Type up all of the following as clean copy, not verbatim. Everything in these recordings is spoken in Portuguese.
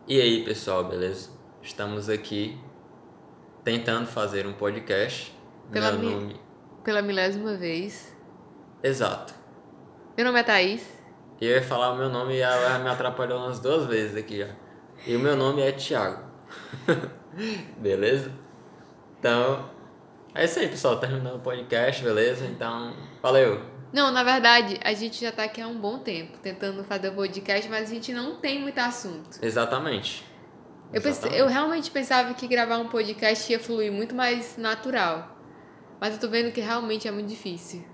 E aí, pessoal, beleza? Estamos aqui tentando fazer um podcast. Pela, Meu mi... nome. Pela milésima vez. Exato. Meu nome é Thaís. Eu ia falar o meu nome e ela me atrapalhou umas duas vezes aqui já. E o meu nome é Thiago. Beleza? Então, é isso aí, pessoal. Terminando o podcast, beleza? Então, valeu. Não, na verdade, a gente já tá aqui há um bom tempo tentando fazer o podcast, mas a gente não tem muito assunto. Exatamente. Eu Exatamente. realmente pensava que gravar um podcast ia fluir muito mais natural. Mas eu tô vendo que realmente é muito difícil.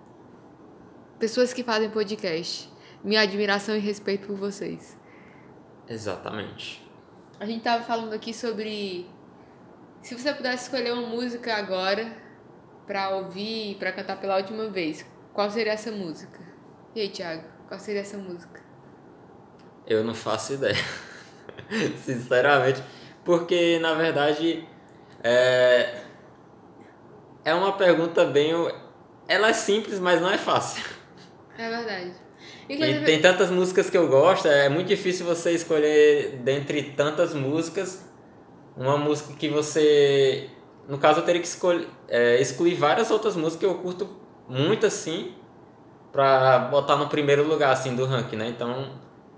Pessoas que fazem podcast. Minha admiração e respeito por vocês. Exatamente. A gente tava falando aqui sobre se você pudesse escolher uma música agora pra ouvir, pra cantar pela última vez, qual seria essa música? E aí, Thiago, qual seria essa música? Eu não faço ideia. Sinceramente. Porque, na verdade, é, é uma pergunta bem. Ela é simples, mas não é fácil. É verdade. Que tem Inclusive, tantas músicas que eu gosto, é muito difícil você escolher dentre tantas músicas uma música que você. No caso, eu teria que excluir várias outras músicas que eu curto muito assim, pra botar no primeiro lugar assim do ranking, né? Então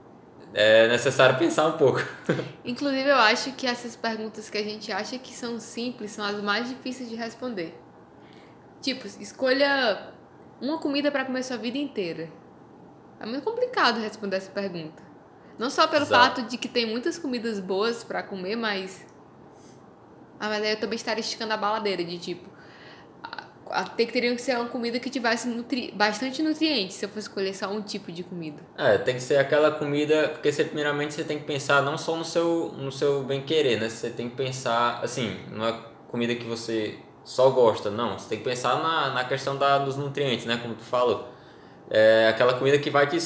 é necessário pensar um pouco. inclusive, eu acho que essas perguntas que a gente acha que são simples são as mais difíceis de responder. Tipo, escolha uma comida pra comer sua vida inteira. É muito complicado responder essa pergunta. Não só pelo fato Exato. de que tem muitas comidas boas pra comer, mas. Ah, mas aí eu também estaria esticando a baladeira de tipo. Até que teria que ser uma comida que tivesse bastante nutrientes se eu fosse escolher só um tipo de comida. É, tem que ser aquela comida, porque você, primeiramente você tem que pensar não só no seu bem-querer, né? Você tem que pensar, assim, não é comida que você só gosta, não. Você tem que pensar na questão dos nutrientes, né? Como tu falou. É aquela comida que vai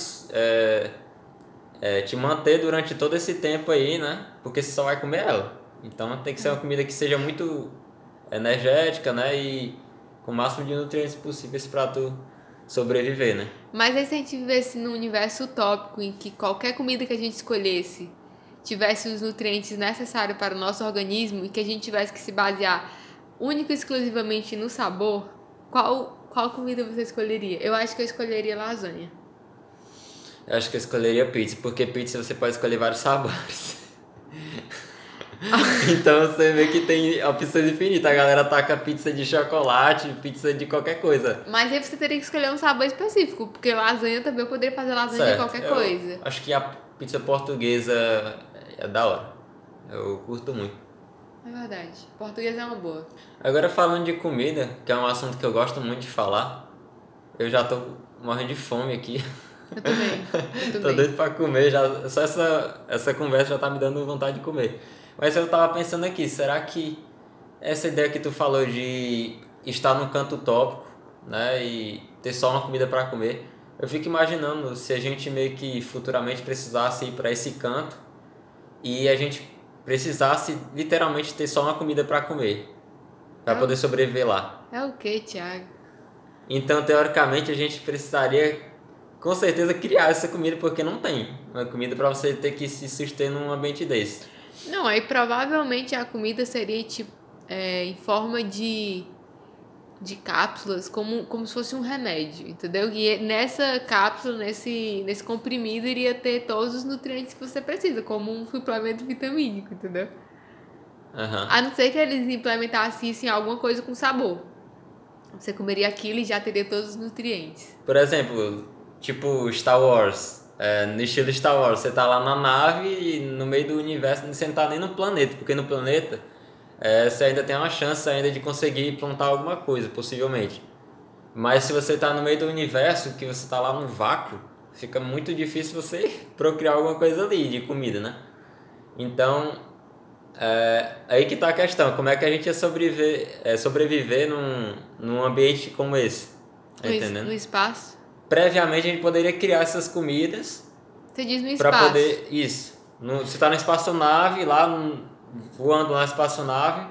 te manter durante todo esse tempo aí, né? Porque você só vai comer ela. Então tem que ser uma comida que seja muito energética, né? E com o máximo de nutrientes possíveis para tu sobreviver, né? Mas aí se a gente vivesse num universo utópico em que qualquer comida que a gente escolhesse tivesse os nutrientes necessários para o nosso organismo e que a gente tivesse que se basear único e exclusivamente no sabor, qual comida você escolheria? Eu acho que eu escolheria lasanha. Eu acho que eu escolheria pizza, porque pizza você pode escolher vários sabores. Então você vê que tem opções infinitas. A galera taca pizza de chocolate, pizza de qualquer coisa. Mas aí você teria que escolher um sabor específico, porque lasanha também eu poderia fazer lasanha de Certo. qualquer Eu coisa. acho que a pizza portuguesa é da hora. Eu curto muito. É verdade. Português é uma boa. Agora falando de comida, que é um assunto que eu gosto muito de falar, eu já tô morrendo de fome aqui. Eu também. Eu Tô doido também. pra comer, já, só essa conversa já tá me dando vontade de comer. Mas eu tava pensando aqui, será que essa ideia que tu falou de estar num canto utópico, né, e ter só uma comida para comer, eu fico imaginando se a gente meio que futuramente precisasse ir para esse canto e a gente precisasse literalmente ter só uma comida para comer, para É poder o, sobreviver lá. é o que, Thiago? Então, teoricamente, a gente precisaria com certeza criar essa comida porque não tem uma comida para você ter que se suster num ambiente desse. Não, aí provavelmente a comida seria tipo em forma de cápsulas, como se fosse um remédio, entendeu? E nessa cápsula, nesse comprimido, iria ter todos os nutrientes que você precisa, como um suplemento vitamínico, entendeu? Aham. A não ser que eles implementassem isso em alguma coisa com sabor. Você comeria aquilo e já teria todos os nutrientes. Por exemplo, tipo Star Wars, no estilo Star Wars, você tá lá na nave e no meio do universo, você não tá nem no planeta, porque no planeta você ainda tem uma chance ainda de conseguir plantar alguma coisa, possivelmente. Mas se você tá no meio do universo, que você tá lá no vácuo, fica muito difícil você procriar alguma coisa ali de comida, né? Então, aí que tá a questão, como é que a gente ia sobreviver num ambiente como esse? Tá No entendendo? espaço? Previamente a gente poderia criar essas comidas Você diz no para espaço. poder. Isso. Você está na espaçonave, lá voando na espaçonave.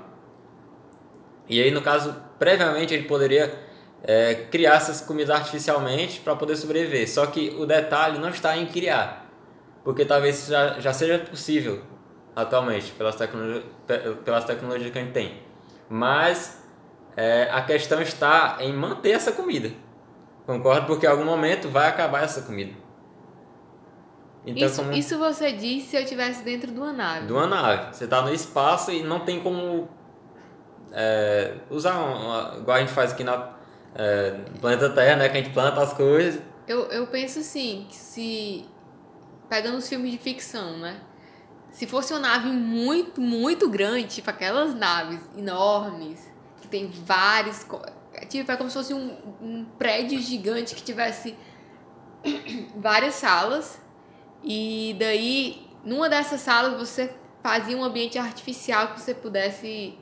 E aí, no caso, previamente a gente poderia criar essas comidas artificialmente para poder sobreviver. Só que o detalhe não está em criar, porque talvez já seja possível atualmente, pelas tecnologias que a gente tem. Mas a questão está em manter essa comida. Concordo? Porque em algum momento vai acabar essa comida. Então, Isso você disse se eu estivesse dentro de uma nave. De uma nave. Você está no espaço e não tem como usar igual a gente faz aqui no planeta Terra, né? Que a gente planta as coisas. Eu penso assim, que se... Pegando os filmes de ficção, né? Se fosse uma nave muito, muito grande, tipo aquelas naves enormes, que tem vários... Tipo, é como se fosse um prédio gigante que tivesse várias salas. E daí, numa dessas salas, você fazia um ambiente artificial que você pudesse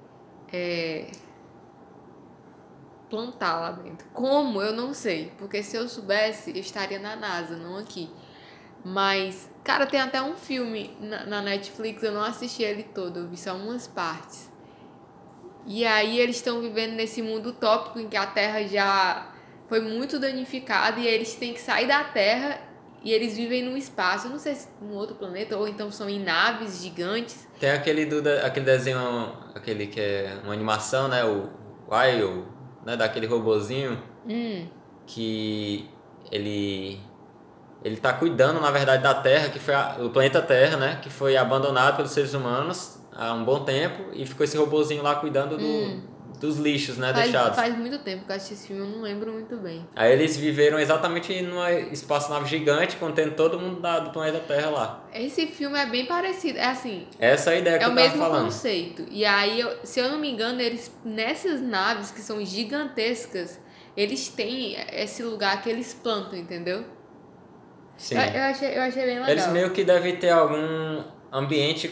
plantar lá dentro. Como? Eu não sei. Porque se eu soubesse, eu estaria na NASA, não aqui. Mas, cara, tem até um filme na Netflix, eu não assisti ele todo, eu vi só umas partes. E aí eles estão vivendo nesse mundo utópico em que a Terra já foi muito danificada e eles têm que sair da Terra e eles vivem no espaço. Eu não sei se num outro planeta ou então são em naves gigantes. Tem aquele desenho, aquele que é uma animação, né? O Wile, né? Daquele robozinho que ele tá cuidando, na verdade, da Terra, que foi o planeta Terra, né? Que foi abandonado pelos seres humanos há um bom tempo e ficou esse robozinho lá cuidando dos lixos, né? Deixados. Faz muito tempo que eu assisti esse filme, eu não lembro muito bem. Aí eles viveram exatamente numa espaçonave gigante, contendo todo mundo do planeta Terra lá. Esse filme é bem parecido, é assim... Essa é a ideia que É eu o tava mesmo falando. conceito. E aí, se eu não me engano, eles nessas naves que são gigantescas, eles têm esse lugar que eles plantam, entendeu? Sim. Eu achei bem legal. Eles meio que devem ter algum ambiente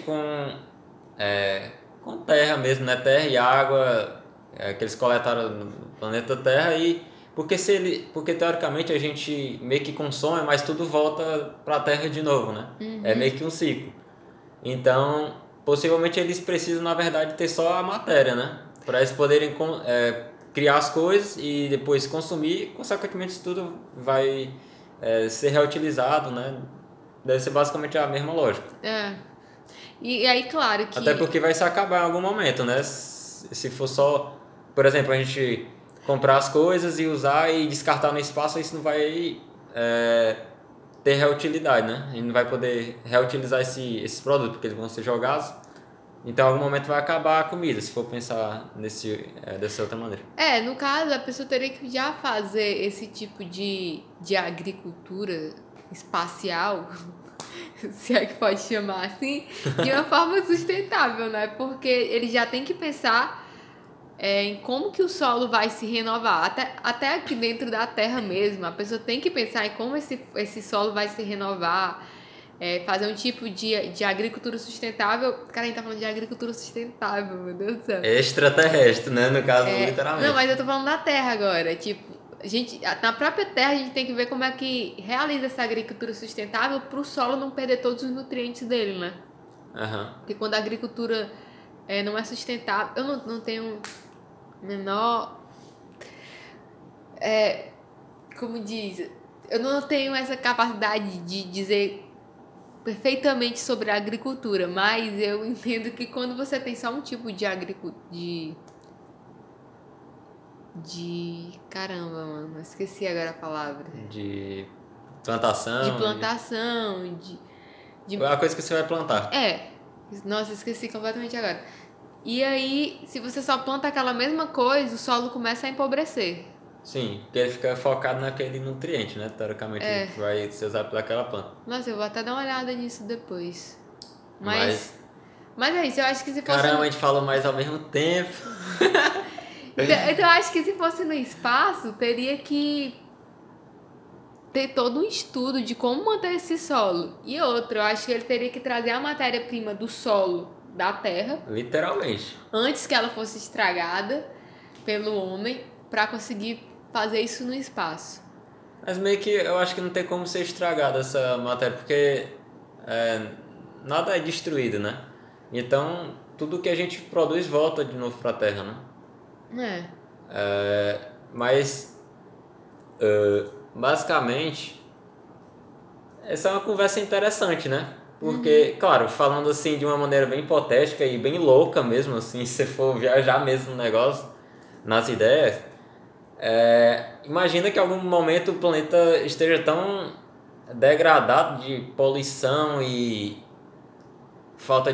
com terra mesmo, né? Terra e água que eles coletaram no planeta Terra porque teoricamente a gente meio que consome, mas tudo volta para a Terra de novo, né? É meio que um ciclo. Então, possivelmente eles precisam, na verdade, ter só a matéria, né? Para eles poderem criar as coisas e depois consumir, consequentemente isso tudo vai ser reutilizado, né? Deve ser basicamente a mesma lógica. E aí, claro que... Até porque vai se acabar em algum momento, né? Se for só, por exemplo, a gente comprar as coisas e usar e descartar no espaço, isso não vai ter reutilidade, né? A gente não vai poder reutilizar esses produtos, porque eles vão ser jogados. Então, em algum momento vai acabar a comida, se for pensar dessa outra maneira. No caso, a pessoa teria que já fazer esse tipo de agricultura espacial, se é que pode chamar assim, de uma forma sustentável, né? Porque ele já tem que pensar em como que o solo vai se renovar. Até aqui dentro da Terra mesmo, a pessoa tem que pensar em como esse solo vai se renovar. Fazer um tipo de agricultura sustentável. Cara, a gente tá falando de agricultura sustentável, meu Deus do céu. Extraterrestre, né? No caso, literalmente. Não, mas eu tô falando da Terra agora. Tipo, na própria Terra a gente tem que ver como é que realiza essa agricultura sustentável pro solo não perder todos os nutrientes dele, né? Porque quando a agricultura não é sustentável, eu não tenho menor... como diz? Eu não tenho essa capacidade de dizer perfeitamente sobre a agricultura, mas eu entendo que quando você tem só um tipo de caramba, mano, esqueci agora a palavra. De plantação. De plantação, A coisa que você vai plantar. Nossa, esqueci completamente agora. E aí, se você só planta aquela mesma coisa, o solo começa a empobrecer. Sim, porque ele fica focado naquele nutriente, né? Teoricamente, que vai ser usado por aquela planta. Nossa, eu vou até dar uma olhada nisso depois. Mas é isso, eu acho que se fosse... Caramba, a gente falou mais ao mesmo tempo. Então eu acho que se fosse no espaço, teria que ter todo um estudo de como manter esse solo. E outro, eu acho que ele teria que trazer a matéria-prima do solo da Terra. Literalmente. Antes que ela fosse estragada pelo homem, para conseguir fazer isso no espaço. Mas meio que eu acho que não tem como ser estragada essa matéria, porque nada é destruído, né? Então, tudo que a gente produz volta de novo para a Terra, né? Mas, basicamente, essa é uma conversa interessante, né? Porque, claro, falando assim de uma maneira bem hipotética e bem louca mesmo, assim, se você for viajar mesmo no negócio, nas ideias, imagina que em algum momento o planeta esteja tão degradado de poluição e falta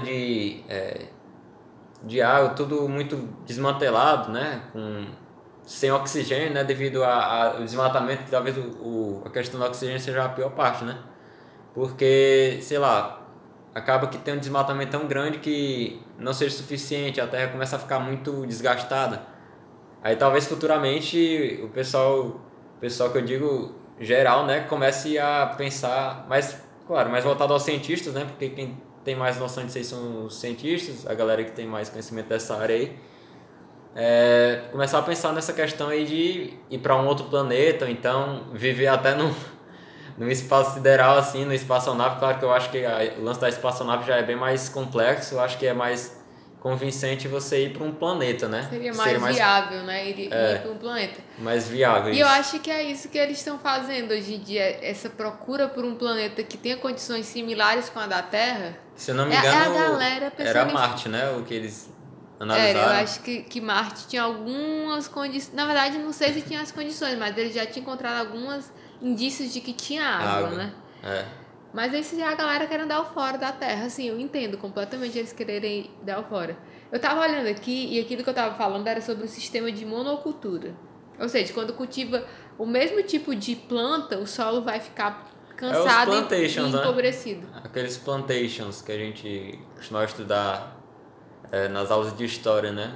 de água, tudo muito desmantelado, né? Sem oxigênio, né? Devido ao desmatamento, que talvez a questão do oxigênio seja a pior parte, né? Porque, sei lá, acaba que tem um desmatamento tão grande que não seja suficiente, a terra começa a ficar muito desgastada. Aí talvez futuramente o pessoal que eu digo geral, né, comece a pensar, mas claro, mais voltado aos cientistas, né, porque quem tem mais noção disso aí são os cientistas, a galera que tem mais conhecimento dessa área aí, começar a pensar nessa questão aí de ir para um outro planeta, ou então viver até no espaço sideral, assim, no espaçonave. Claro que eu acho que o lance da espaçonave já é bem mais complexo, eu acho que é mais convincente você ir para um planeta, né? Seria mais viável, né? Ir para um planeta. Mais viável, E eu acho que é isso que eles estão fazendo hoje em dia, essa procura por um planeta que tenha condições similares com a da Terra. Se eu não me engano, a galera era Marte, né? O que eles analisaram. Eu acho que Marte tinha algumas condições. Na verdade, não sei se tinha as condições, mas eles já tinham encontrado alguns indícios de que tinha água, né? Mas isso já é a galera querendo dar o fora da Terra. Assim, eu entendo completamente eles quererem dar o fora. Eu tava olhando aqui e aquilo que eu tava falando era sobre o sistema de monocultura. Ou seja, quando cultiva o mesmo tipo de planta, o solo vai ficar cansado e empobrecido. Né? Aqueles plantations que a gente costuma estudar nas aulas de história, né?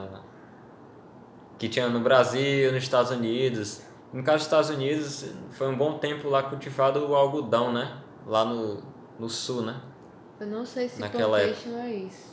Que tinha no Brasil, nos Estados Unidos. No caso dos Estados Unidos, foi um bom tempo lá cultivado o algodão, né? Lá no sul, né? Eu não sei se naquela plantation época. É isso.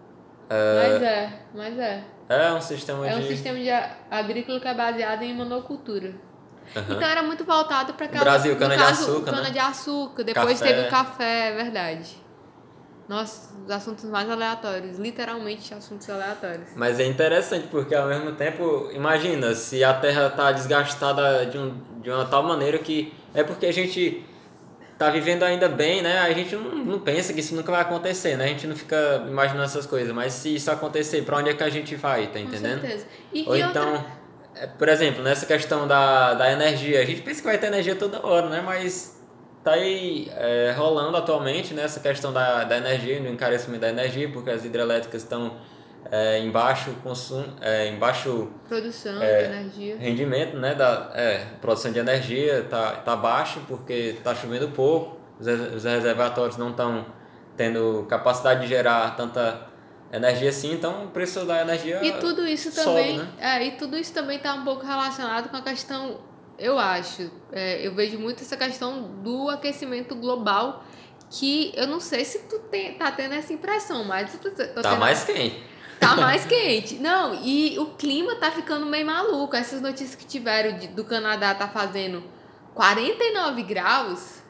Mas é. É um sistema um sistema de agrícola que é baseado em monocultura. Uhum. Então era muito voltado para aquela... Brasil, cana-de-açúcar, cana-de-açúcar. Depois teve o café, é verdade. Nossa, os assuntos mais aleatórios. Literalmente assuntos aleatórios. Mas é interessante porque ao mesmo tempo, imagina, se a Terra está desgastada de uma tal maneira que... É porque a gente tá vivendo ainda bem, né? A gente não pensa que isso nunca vai acontecer, né? A gente não fica imaginando essas coisas. Mas se isso acontecer, para onde é que a gente vai, tá entendendo? Com certeza. Ou então, por exemplo, nessa questão da energia. A gente pensa que vai ter energia toda hora, né? Mas tá aí rolando atualmente, né, essa questão da energia, do encarecimento da energia, porque as hidrelétricas estão em baixo consumo, em baixo produção de energia, rendimento, né, da produção de energia tá baixo porque tá chovendo pouco, os reservatórios não estão tendo capacidade de gerar tanta energia assim, então o preço da energia e tudo isso sobe, também, né? E tudo isso também tá um pouco relacionado com a questão, eu acho, eu vejo muito essa questão do aquecimento global, que eu não sei se tu tá tendo essa impressão, mas tá mais quente. Tá mais quente. Não, e o clima tá ficando meio maluco. Essas notícias que tiveram do Canadá tá fazendo 49 graus.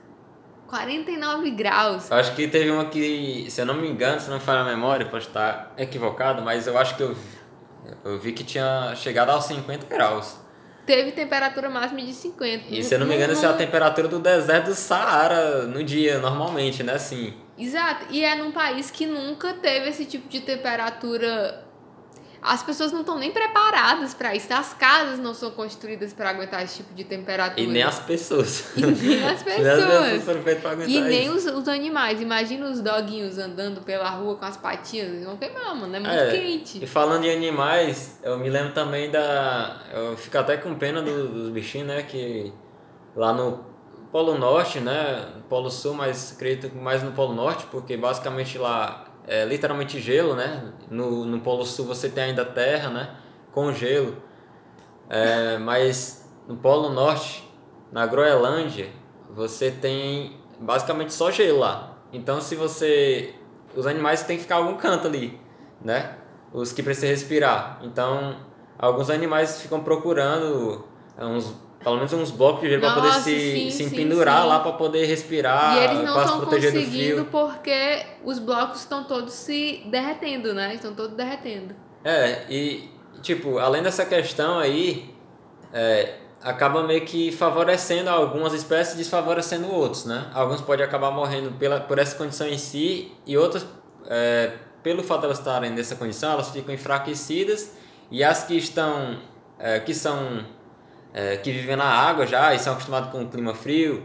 49 graus. Eu acho que teve uma que, se eu não me engano, se não me falha a memória, pode estar equivocado, mas eu acho que eu vi que tinha chegado aos 50 graus. Teve temperatura máxima de 50. E se eu não me engano, essa é a temperatura do deserto do Saara no dia, normalmente, né? Assim. Exato. E é num país que nunca teve esse tipo de temperatura. As pessoas não estão nem preparadas para isso. As casas não são construídas para aguentar esse tipo de temperatura. E nem as pessoas. E nem as pessoas. Foram feitas para aguentar e nem isso. os animais. Imagina os doguinhos andando pela rua com as patinhas. Eles vão queimar, mano. É muito quente. E falando em animais, eu me lembro também eu fico até com pena dos bichinhos, né? Que lá no Polo Norte, né? No Polo Sul, mas acredito que mais no Polo Norte, porque basicamente lá é literalmente gelo, né? No Polo Sul você tem ainda terra, né? Com gelo. Mas no Polo Norte, na Groenlândia, você tem basicamente só gelo lá. Então os animais têm que ficar em algum canto ali, né? Os que precisam respirar. Então, alguns animais ficam procurando pelo menos uns blocos de gelo para poder se pendurar lá para poder respirar, e eles não estão conseguindo porque os blocos estão todos se derretendo, né? Estão todos derretendo. E tipo, além dessa questão aí, acaba meio que favorecendo algumas espécies e desfavorecendo outros, né? Alguns podem acabar morrendo por essa condição em si e outros, pelo fato de elas estarem nessa condição, elas ficam enfraquecidas e as que estão, que são, que vivem na água já e são acostumados com o clima frio,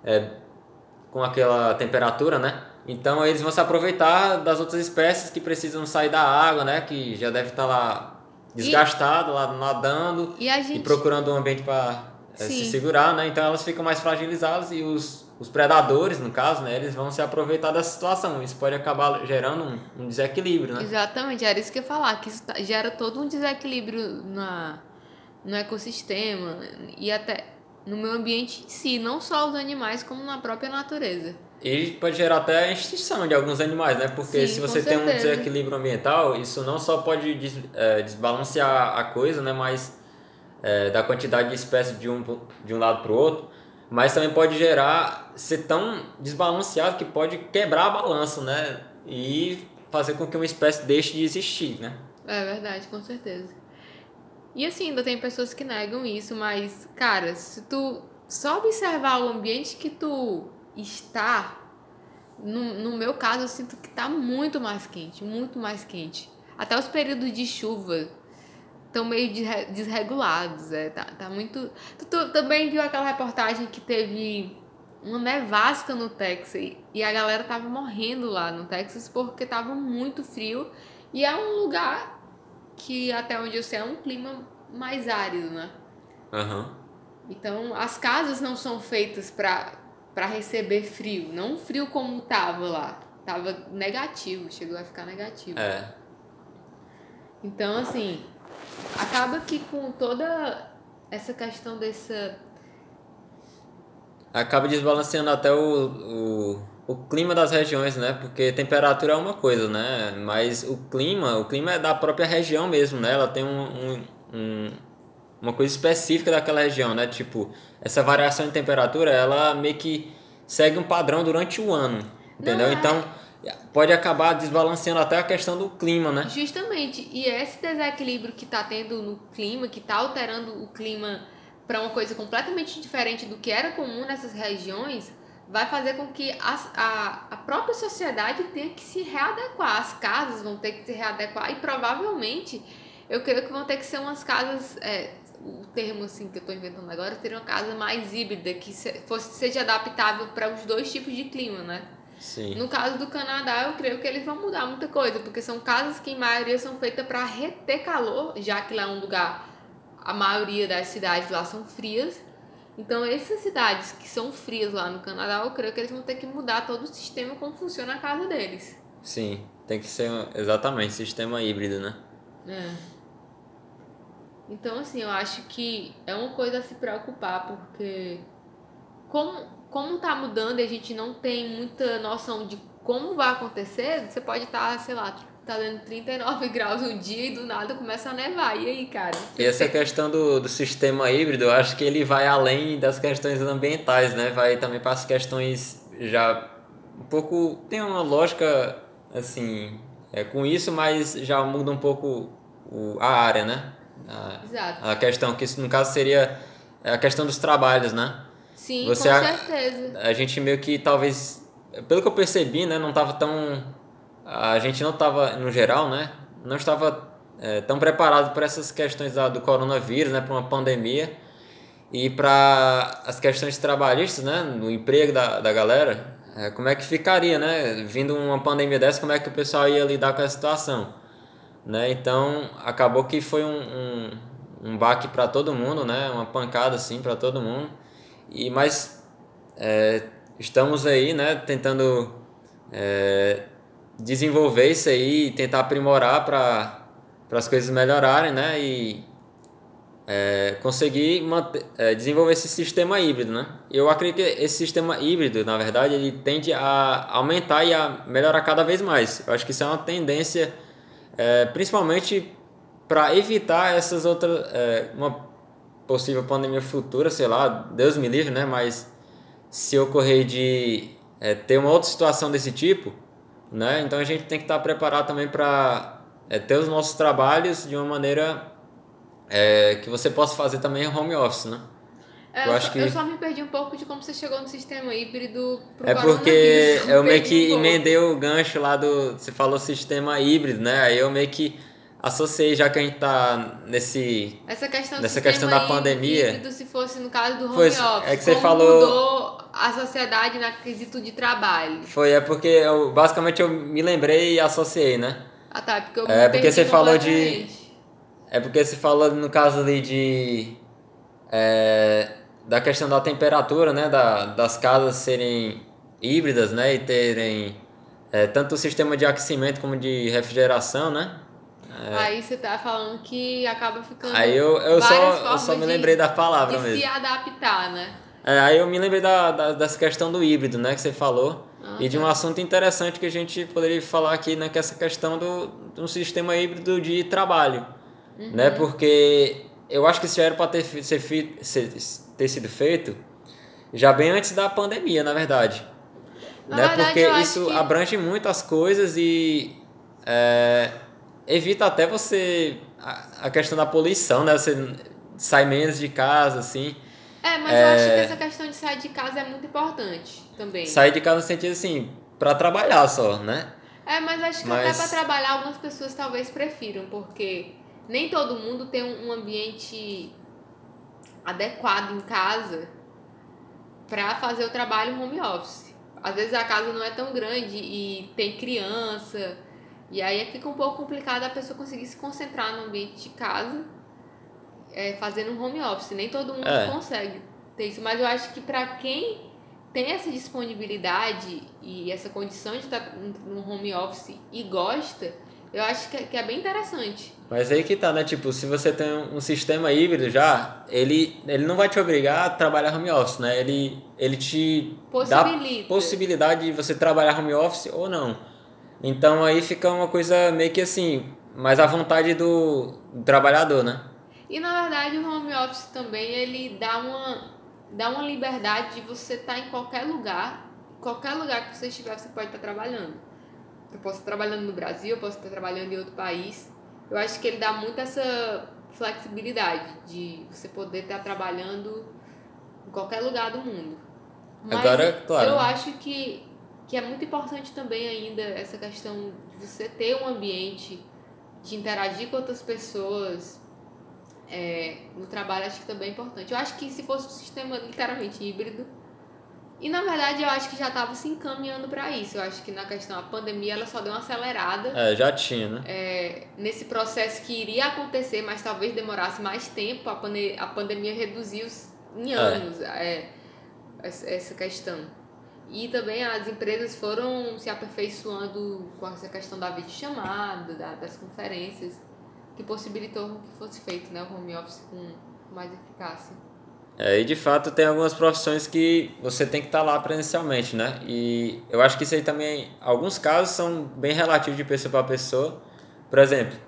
com aquela temperatura, né? Então eles vão se aproveitar das outras espécies que precisam sair da água, né? Que já deve estar lá desgastado, lá nadando E a e gente. procurando um ambiente para se Sim, segurar, né? Então elas ficam mais fragilizadas e os predadores, no caso, né? Eles vão se aproveitar dessa situação. Isso pode acabar gerando um desequilíbrio, né? exatamente. Era isso que eu ia falar, que isso gera todo um desequilíbrio no ecossistema e até no meio ambiente em si, não só os animais, como na própria natureza. E pode gerar até a extinção de alguns animais, né? Porque se Sim, com você tem um certeza. desequilíbrio ambiental, isso não só pode desbalancear a coisa, né? Mas da quantidade de espécies de um lado para o outro, mas também pode ser tão desbalanceado que pode quebrar a balança, né? E fazer com que uma espécie deixe de existir, né? É verdade, com certeza. E assim, ainda tem pessoas que negam isso, mas, cara, se tu só observar o ambiente que tu está, no meu caso, eu sinto que tá muito mais quente, muito mais quente. Até os períodos de chuva estão meio desregulados, tá muito... Tu também viu aquela reportagem que teve uma nevasca no Texas e a galera tava morrendo lá no Texas porque tava muito frio e é um lugar que, até onde eu sei, é um clima mais árido, né? Aham. Então, as casas não são feitas para receber frio, não frio como tava lá. Tava negativo, chegou a ficar negativo. É. Então, assim, acaba que com toda essa questão dessa... Acaba desbalanceando até o clima das regiões, né? Porque temperatura é uma coisa, né? Mas o clima é da própria região mesmo, né? Ela tem um, uma coisa específica daquela região, né? Tipo, essa variação de temperatura, ela meio que segue um padrão durante o ano, Não entendeu? é Então, pode acabar desbalanceando até a questão do clima, né? justamente, e esse desequilíbrio que tá tendo no clima, que tá alterando o clima para uma coisa completamente diferente do que era comum nessas regiões, vai fazer com que a própria sociedade tenha que se readequar. As casas vão ter que se readequar e provavelmente eu creio que vão ter que ser umas casas, o termo assim que eu tô inventando agora, seria uma casa mais híbrida, que seja adaptável para os dois tipos de clima, né? Sim, No caso do Canadá, eu creio que eles vão mudar muita coisa, porque são casas que em maioria são feitas para reter calor, já que lá é um lugar, a maioria das cidades lá são frias. Então, essas cidades que são frias lá no Canadá, eu creio que eles vão ter que mudar todo o sistema como funciona a casa deles. sim. Tem que ser exatamente sistema híbrido, né? É. Então, assim, eu acho que é uma coisa a se preocupar, porque como tá mudando e a gente não tem muita noção de como vai acontecer, você pode estar, sei lá, tá dando 39 graus um dia e do nada começa a nevar. E aí, cara? E essa questão do sistema híbrido, eu acho que ele vai além das questões ambientais, né? Vai também para as questões já um pouco... Tem uma lógica, assim, com isso, mas já muda um pouco a área, né? Exato. A questão, que isso no caso seria a questão dos trabalhos, né? Sim, Você, com certeza. a gente meio que talvez, pelo que eu percebi, né? Não tava tão... A gente não estava, no geral, né? Não estava tão preparado para essas questões do coronavírus, né? Para uma pandemia e para as questões trabalhistas, né? No emprego da galera. Como é que ficaria, né? Vindo uma pandemia dessa, como é que o pessoal ia lidar com essa situação, né? Então acabou que foi um baque para todo mundo, né? Uma pancada assim para todo mundo. Mas estamos aí, né? Tentando desenvolver isso aí e tentar aprimorar para as coisas melhorarem, né? E conseguir desenvolver esse sistema híbrido, né? Eu acredito que esse sistema híbrido, na verdade, ele tende a aumentar e a melhorar cada vez mais. Eu acho que isso é uma tendência, principalmente para evitar essas outras, uma possível pandemia futura, sei lá, Deus me livre, né? Mas se ocorrer de ter uma outra situação desse tipo, né? Então a gente tem que estar preparado também para ter os nossos trabalhos de uma maneira que você possa fazer também home office, né? É, Eu acho que eu só me perdi um pouco de como você chegou no sistema híbrido pro é porque coronavírus. eu meio Perdi um que pouco. emendei o gancho lá do. Você falou sistema híbrido, né? Aí eu meio que associei, já que a gente tá Essa questão do nessa questão sistema da pandemia. híbrido, se fosse no caso do Foi, home é office, que você como falou. mudou a sociedade na quesito de trabalho? É porque basicamente eu me lembrei e associei, né? Ah tá, porque eu me É porque perdi você falou de. completamente. É porque você falou no caso ali de. Da questão da temperatura, né? Das casas serem híbridas, né? E terem tanto o sistema de aquecimento como de refrigeração, né? Aí você tá falando que acaba ficando Aí várias eu só formas me lembrei da de palavra se mesmo. adaptar, né? Aí eu me lembrei dessa questão do híbrido, né, que você falou, Ah, e de um tá. assunto interessante que a gente poderia falar aqui, né, que é essa questão do sistema híbrido de trabalho, né, porque eu acho que isso já era para ter sido feito já bem antes da pandemia, na verdade, Na né, verdade, porque eu acho isso que abrange muitas coisas e evita até a questão da poluição, né, você sai menos de casa, assim. mas eu acho que essa questão de sair de casa é muito importante também. Sair de casa no sentido assim, pra trabalhar só, né? Mas acho que até para Mas trabalhar algumas pessoas talvez prefiram, porque nem todo mundo tem um ambiente adequado em casa para fazer o trabalho home office. Às vezes a casa não é tão grande e tem criança, e aí fica um pouco complicado a pessoa conseguir se concentrar no ambiente de casa, fazendo um home office. Nem todo mundo é, consegue ter isso, mas eu acho que para quem tem essa disponibilidade e essa condição de estar no home office e gosta, eu acho que é bem interessante. mas aí que tá, né? Tipo, se você tem um sistema híbrido já, ele não vai te obrigar a trabalhar home office, né? Ele te dá Possibilita. possibilidade de você trabalhar home office ou não. Então aí fica uma coisa meio que assim, mais à vontade do trabalhador, né? E na verdade o home office também ele dá uma liberdade de você estar em qualquer lugar que você estiver, você pode estar trabalhando. Eu posso estar trabalhando no Brasil, eu posso estar trabalhando em outro país. Eu acho que ele dá muito essa flexibilidade de você poder estar trabalhando em qualquer lugar do mundo. Mas Agora, claro, eu né? acho que é muito importante também ainda essa questão de você ter um ambiente de interagir com outras pessoas no trabalho, acho que também é importante. Eu acho que se fosse um sistema literalmente híbrido, e na verdade eu acho que já estava se encaminhando para isso. Eu acho que na questão da pandemia ela só deu uma acelerada Já tinha, né? nesse processo que iria acontecer, mas talvez demorasse mais tempo. A pandemia reduziu em É. anos essa questão. E também as empresas foram se aperfeiçoando com essa questão da videochamada, das conferências, que possibilitou que fosse feito, né, o home office com mais eficácia. E de fato tem algumas profissões que você tem que estar lá presencialmente, né? E eu acho que isso aí também, alguns casos são bem relativos de pessoa para pessoa. Por exemplo,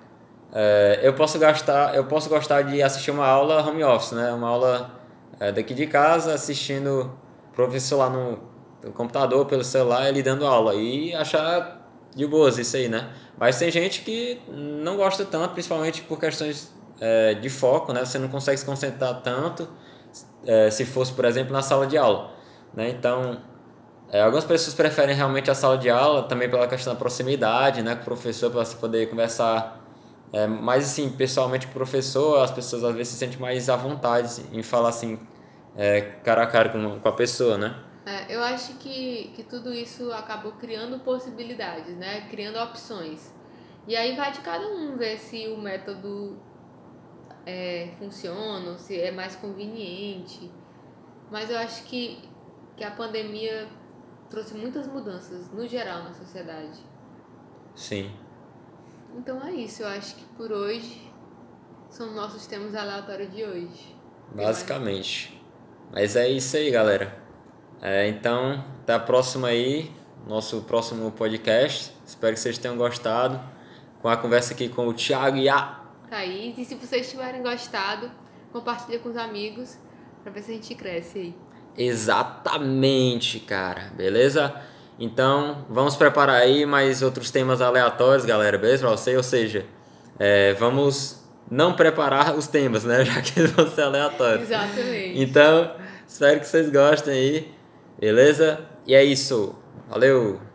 eu posso gostar de assistir uma aula home office, né? Uma aula daqui de casa, assistindo o professor lá no computador, pelo celular, ele dando aula. E achar de boas isso aí, né? Mas tem gente que não gosta tanto, principalmente por questões de foco, né? Você não consegue se concentrar tanto se fosse, por exemplo, na sala de aula, né? Então, algumas pessoas preferem realmente a sala de aula, também pela questão da proximidade, né, com o professor, para você poder conversar mais assim, pessoalmente com o professor, as pessoas às vezes se sentem mais à vontade em falar assim, cara a cara com a pessoa, né? Eu acho que tudo isso acabou criando possibilidades, né? Criando opções. E aí vai de cada um ver se o método funciona, ou se é mais conveniente. Mas eu acho que a pandemia trouxe muitas mudanças, no geral, na sociedade. Sim, Então é isso, eu acho que por hoje são nossos temas aleatórios de hoje. Tem mais? basicamente. Mas é isso aí, galera. Então, até a próxima aí, nosso próximo podcast. Espero que vocês tenham gostado. Com a conversa aqui com o Thiago e a Thaís. E se vocês tiverem gostado, compartilha com os amigos pra ver se a gente cresce aí. Exatamente, cara. Beleza? Então, vamos preparar aí mais outros temas aleatórios, galera. Beleza pra você? Ou seja, vamos não preparar os temas, né? Já que eles vão ser aleatórios. Exatamente. Então, espero que vocês gostem aí, beleza? E é isso. Valeu!